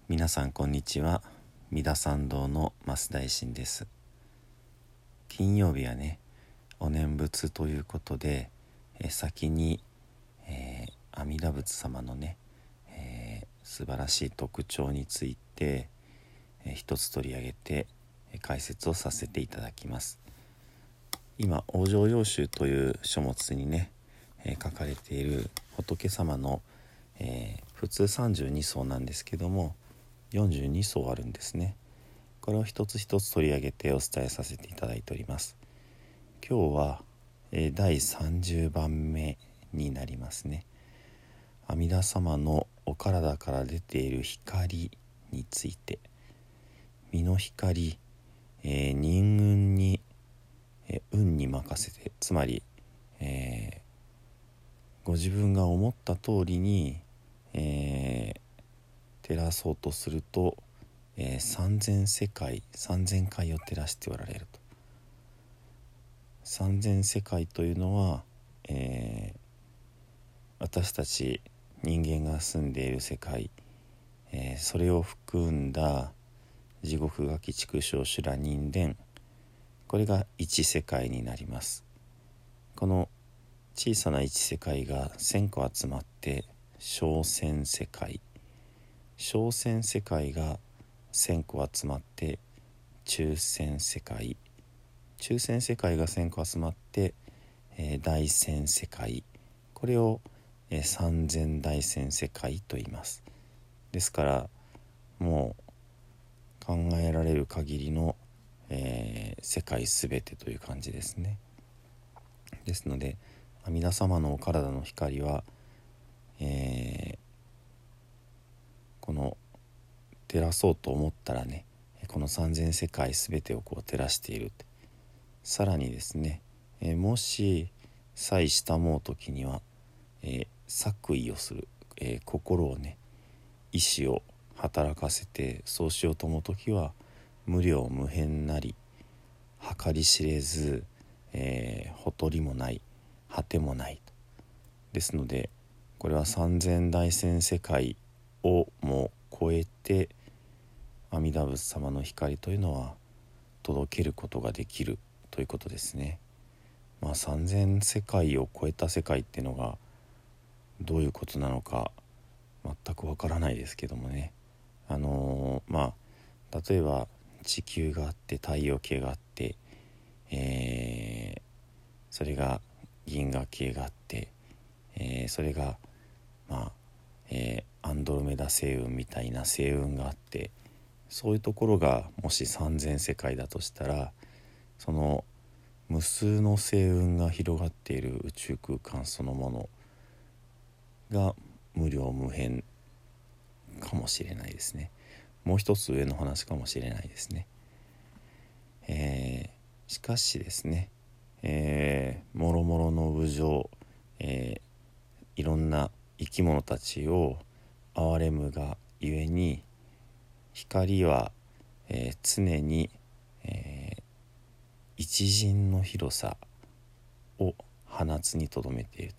皆さんこんにちは。三田参道の増大臣です。金曜日はね、お念仏ということで、先に、阿弥陀仏様のね、素晴らしい特徴について、一つ取り上げて、解説をさせていただきます。今往生要集という書物にね、書かれている仏様の、普通32層なんですけども42層あるんですね。これを一つ一つ取り上げてお伝えさせていただいております。今日は、第30番目になりますね。阿弥陀様のお体から出ている光について、身の光、人運に、運に任せて、つまり、ご自分が思った通りに、照らそうとすると、3000世界3000回を照らしておられると。3000世界というのは、私たち人間が住んでいる世界、それを含んだ地獄餓鬼畜生修羅人間、これが一世界になります。この小さな一世界が1000個集まって小千世界、小千世界が1000個集まって中千世界、中千世界が1000個集まって、大千世界、これを、3000大千世界と言います。ですからもう考えられる限りの、世界すべてという感じですね。ですので阿弥陀様のお体の光は、この照らそうと思ったらね、この3000世界すべてをこう照らしている。さらにですね、もし際したもう時には、作為をする、心をね、意志を働かせてそうしようと思う時は無量無辺なり計り知れず、ほとりもない果てもないと。ですのでこれは3000大千世界をも超えて阿弥陀仏様の光というのは届けることができるということですね。3000世界を超えた世界っていうのがどういうことなのか全くわからないですけどもね、例えば地球があって太陽系があって、それが銀河系があって、それがアンドロメダ星雲みたいな星雲があって、そういうところがもし3000世界だとしたら、その無数の星雲が広がっている宇宙空間そのものが無量無辺かもしれないですね。もう一つ上の話かもしれないですね。しかしですね、もろもろの無常、いろんな生き物たちを憐れむがゆえに光は、常に、一陣の広さを放つにとどめていると。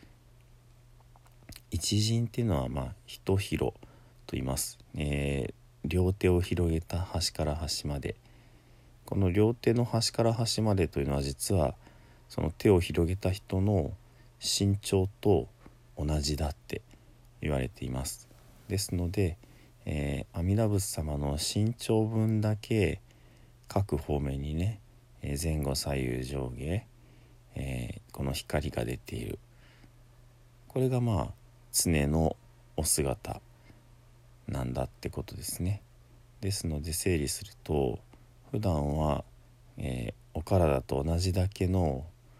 一陣っていうのは一広と言います。両手を広げた端から端まで、この両手の端から端までというのは実はその手を広げた人の身長と同じだって言われています。ですので、阿弥陀仏様の身長分だけ各方面にね、前後左右上下、この光が出ている。これが常のお姿なんだってことですね。ですので整理すると、普段は、お体と同じだけの、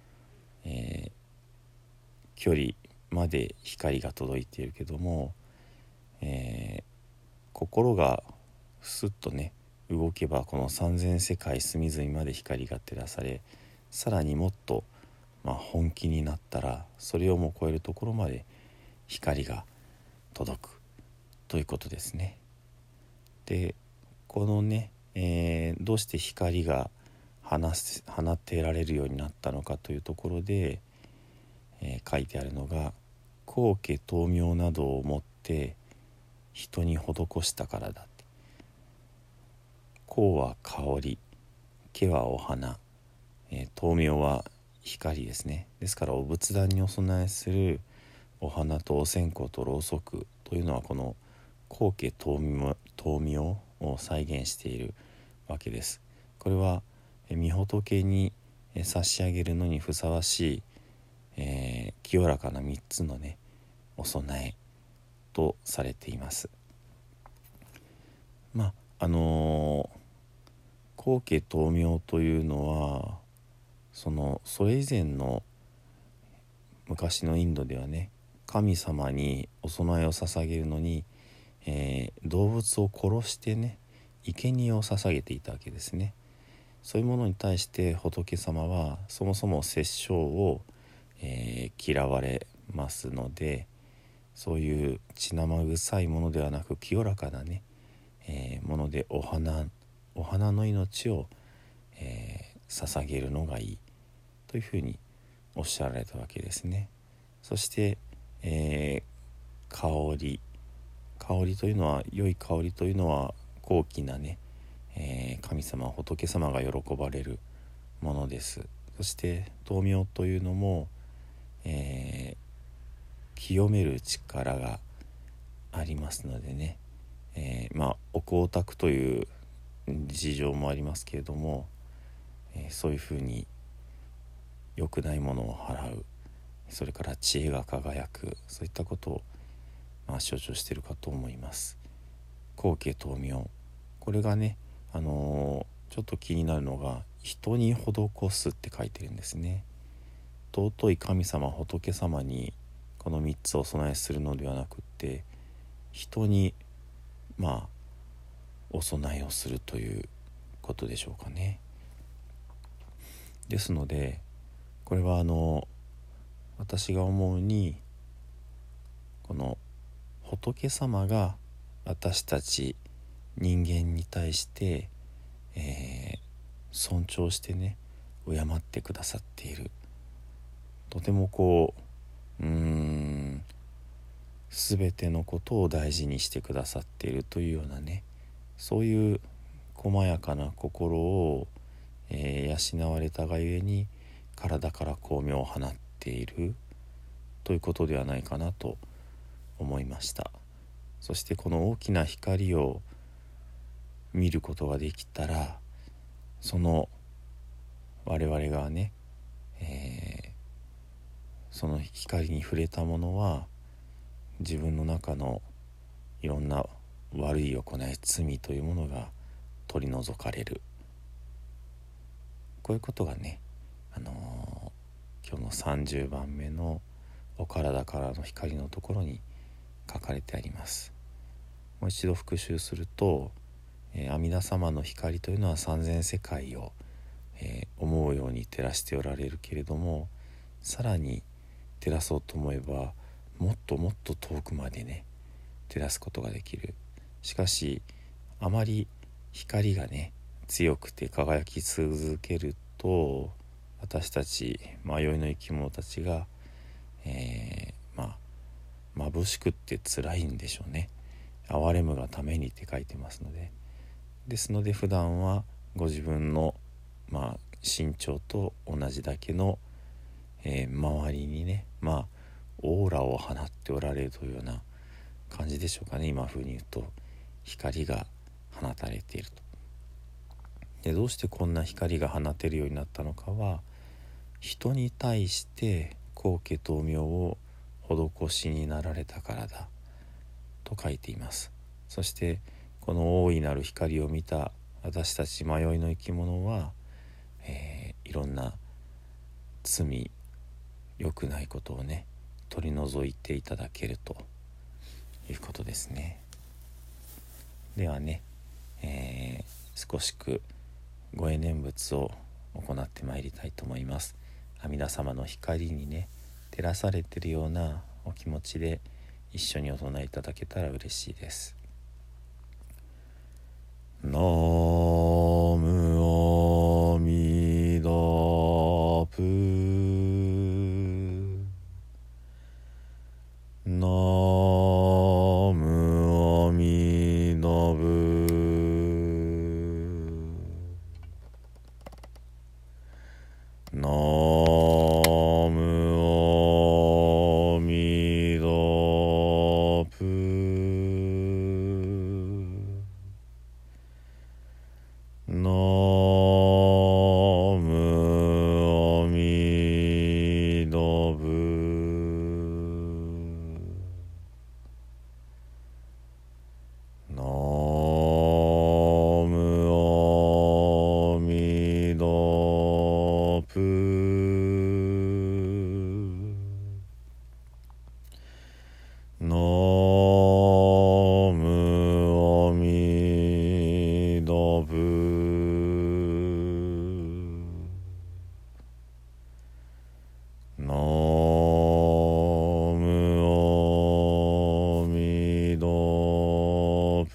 距離まで光が届いているけども、心がスッとね動けばこの3000世界隅々まで光が照らされ、さらにもっと、本気になったらそれをも超えるところまで光が届くということですね。でこのね、どうして光が放ってられるようになったのかというところで、書いてあるのが、光化灯明などをもって人に施したからだって。香は香り、毛はお花、灯明は光ですね。ですからお仏壇にお供えするお花とお線香とろうそくというのはこの光景灯明を再現しているわけです。これは御仏に差し上げるのにふさわしい、清らかな3つのねお供えとされています。光景灯明というのはそれ以前の昔のインドではね、神様にお供えを捧げるのに、動物を殺してね生贄を捧げていたわけですね。そういうものに対して仏様はそもそも殺生を、嫌われますので、そういう血生臭いものではなく清らかなね、ものでお花の命を、捧げるのがいいというふうにおっしゃられたわけですね。そして、香りというのは、良い香りというのは高貴なね、神様仏様が喜ばれるものです。そして灯明というのも、清める力がありますのでね、お香焚という事情もありますけれども、そういうふうに良くないものを払う、それから知恵が輝く、そういったことを、象徴しているかと思います。光景灯明、これがね、ちょっと気になるのが人に施すって書いてるんですね。尊い神様仏様にこの3つをお供えするのではなくって、人にお供えをするということでしょうかね。ですのでこれは私が思うに、この仏様が私たち人間に対して、尊重してね敬ってくださっている、とても全てのことを大事にしてくださっているというようなね、そういう細やかな心を、養われたがゆえに体から光明を放っているということではないかなと思いました。そしてこの大きな光を見ることができたら、その我々がね、その光に触れたものは自分の中のいろんな悪い行い、罪というものが取り除かれる、こういうことがね、今日の30番目のお体からの光のところに書かれてあります。もう一度復習すると、阿弥陀様の光というのは三千世界を、思うように照らしておられるけれども、さらに照らそうと思えばもっともっと遠くまでね照らすことができる。しかしあまり光がね強くて輝き続けると、私たち迷いの生き物たちが、眩しくって辛いんでしょうね。憐れむがためにって書いてますので、ですので普段はご自分の、身長と同じだけの、周りにねオーラを放っておられるというような感じでしょうかね。今風に言うと光が放たれていると。でどうしてこんな光が放てるようになったのかは、人に対して光景灯明を施しになられたからだと書いています。そしてこの大いなる光を見た私たち迷いの生き物は、いろんな罪、良くないことをね取り除いていただけるということですね。ではね、少しくご縁念仏を行ってまいりたいと思います。阿弥陀様の光にね照らされているようなお気持ちで一緒にお唱えいただけたら嬉しいです。ナムアミダプナムア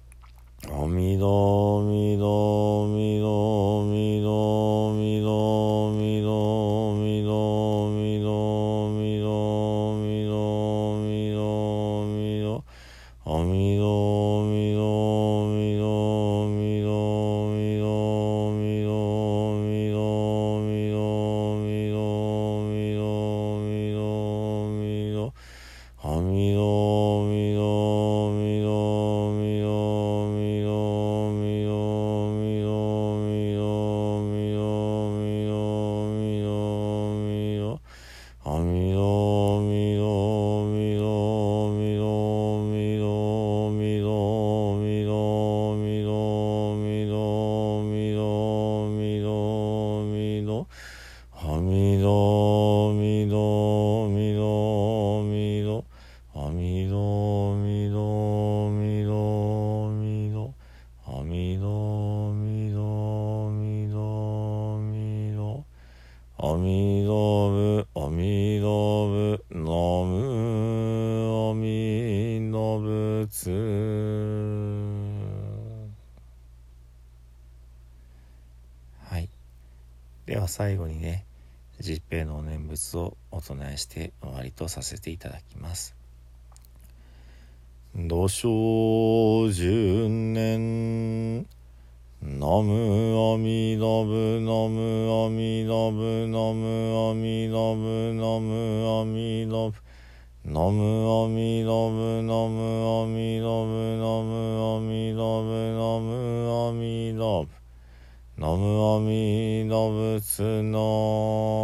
阿弥陀弥陀弥陀弥陀弥陀弥陀弥陀弥陀弥陀弥陀弥陀弥陀阿弥陀弥陀弥陀弥陀弥陀弥陀弥陀弥陀弥陀弥陀弥陀弥陀阿弥陀弥陀弥陀弥陀弥陀弥陀弥陀弥陀弥陀弥陀弥陀弥陀阿弥陀弥陀弥陀弥陀弥陀弥陀弥陀弥陀弥陀弥陀弥陀弥陀阿弥陀弥陀弥陀弥陀阿弥陀弥陀弥陀弥陀阿弥陀弥陀弥陀弥陀阿弥陀仏阿弥陀仏ナムアミ陀仏。はい、では最後にね、十平のお念仏をお唱えして終わりとさせていただきます。土生十年ナムアミダブナムアミダブナムアミダブナムアミダブナムアミダブナムアミダブナムアミダブナムアミダブナムアミダブツナ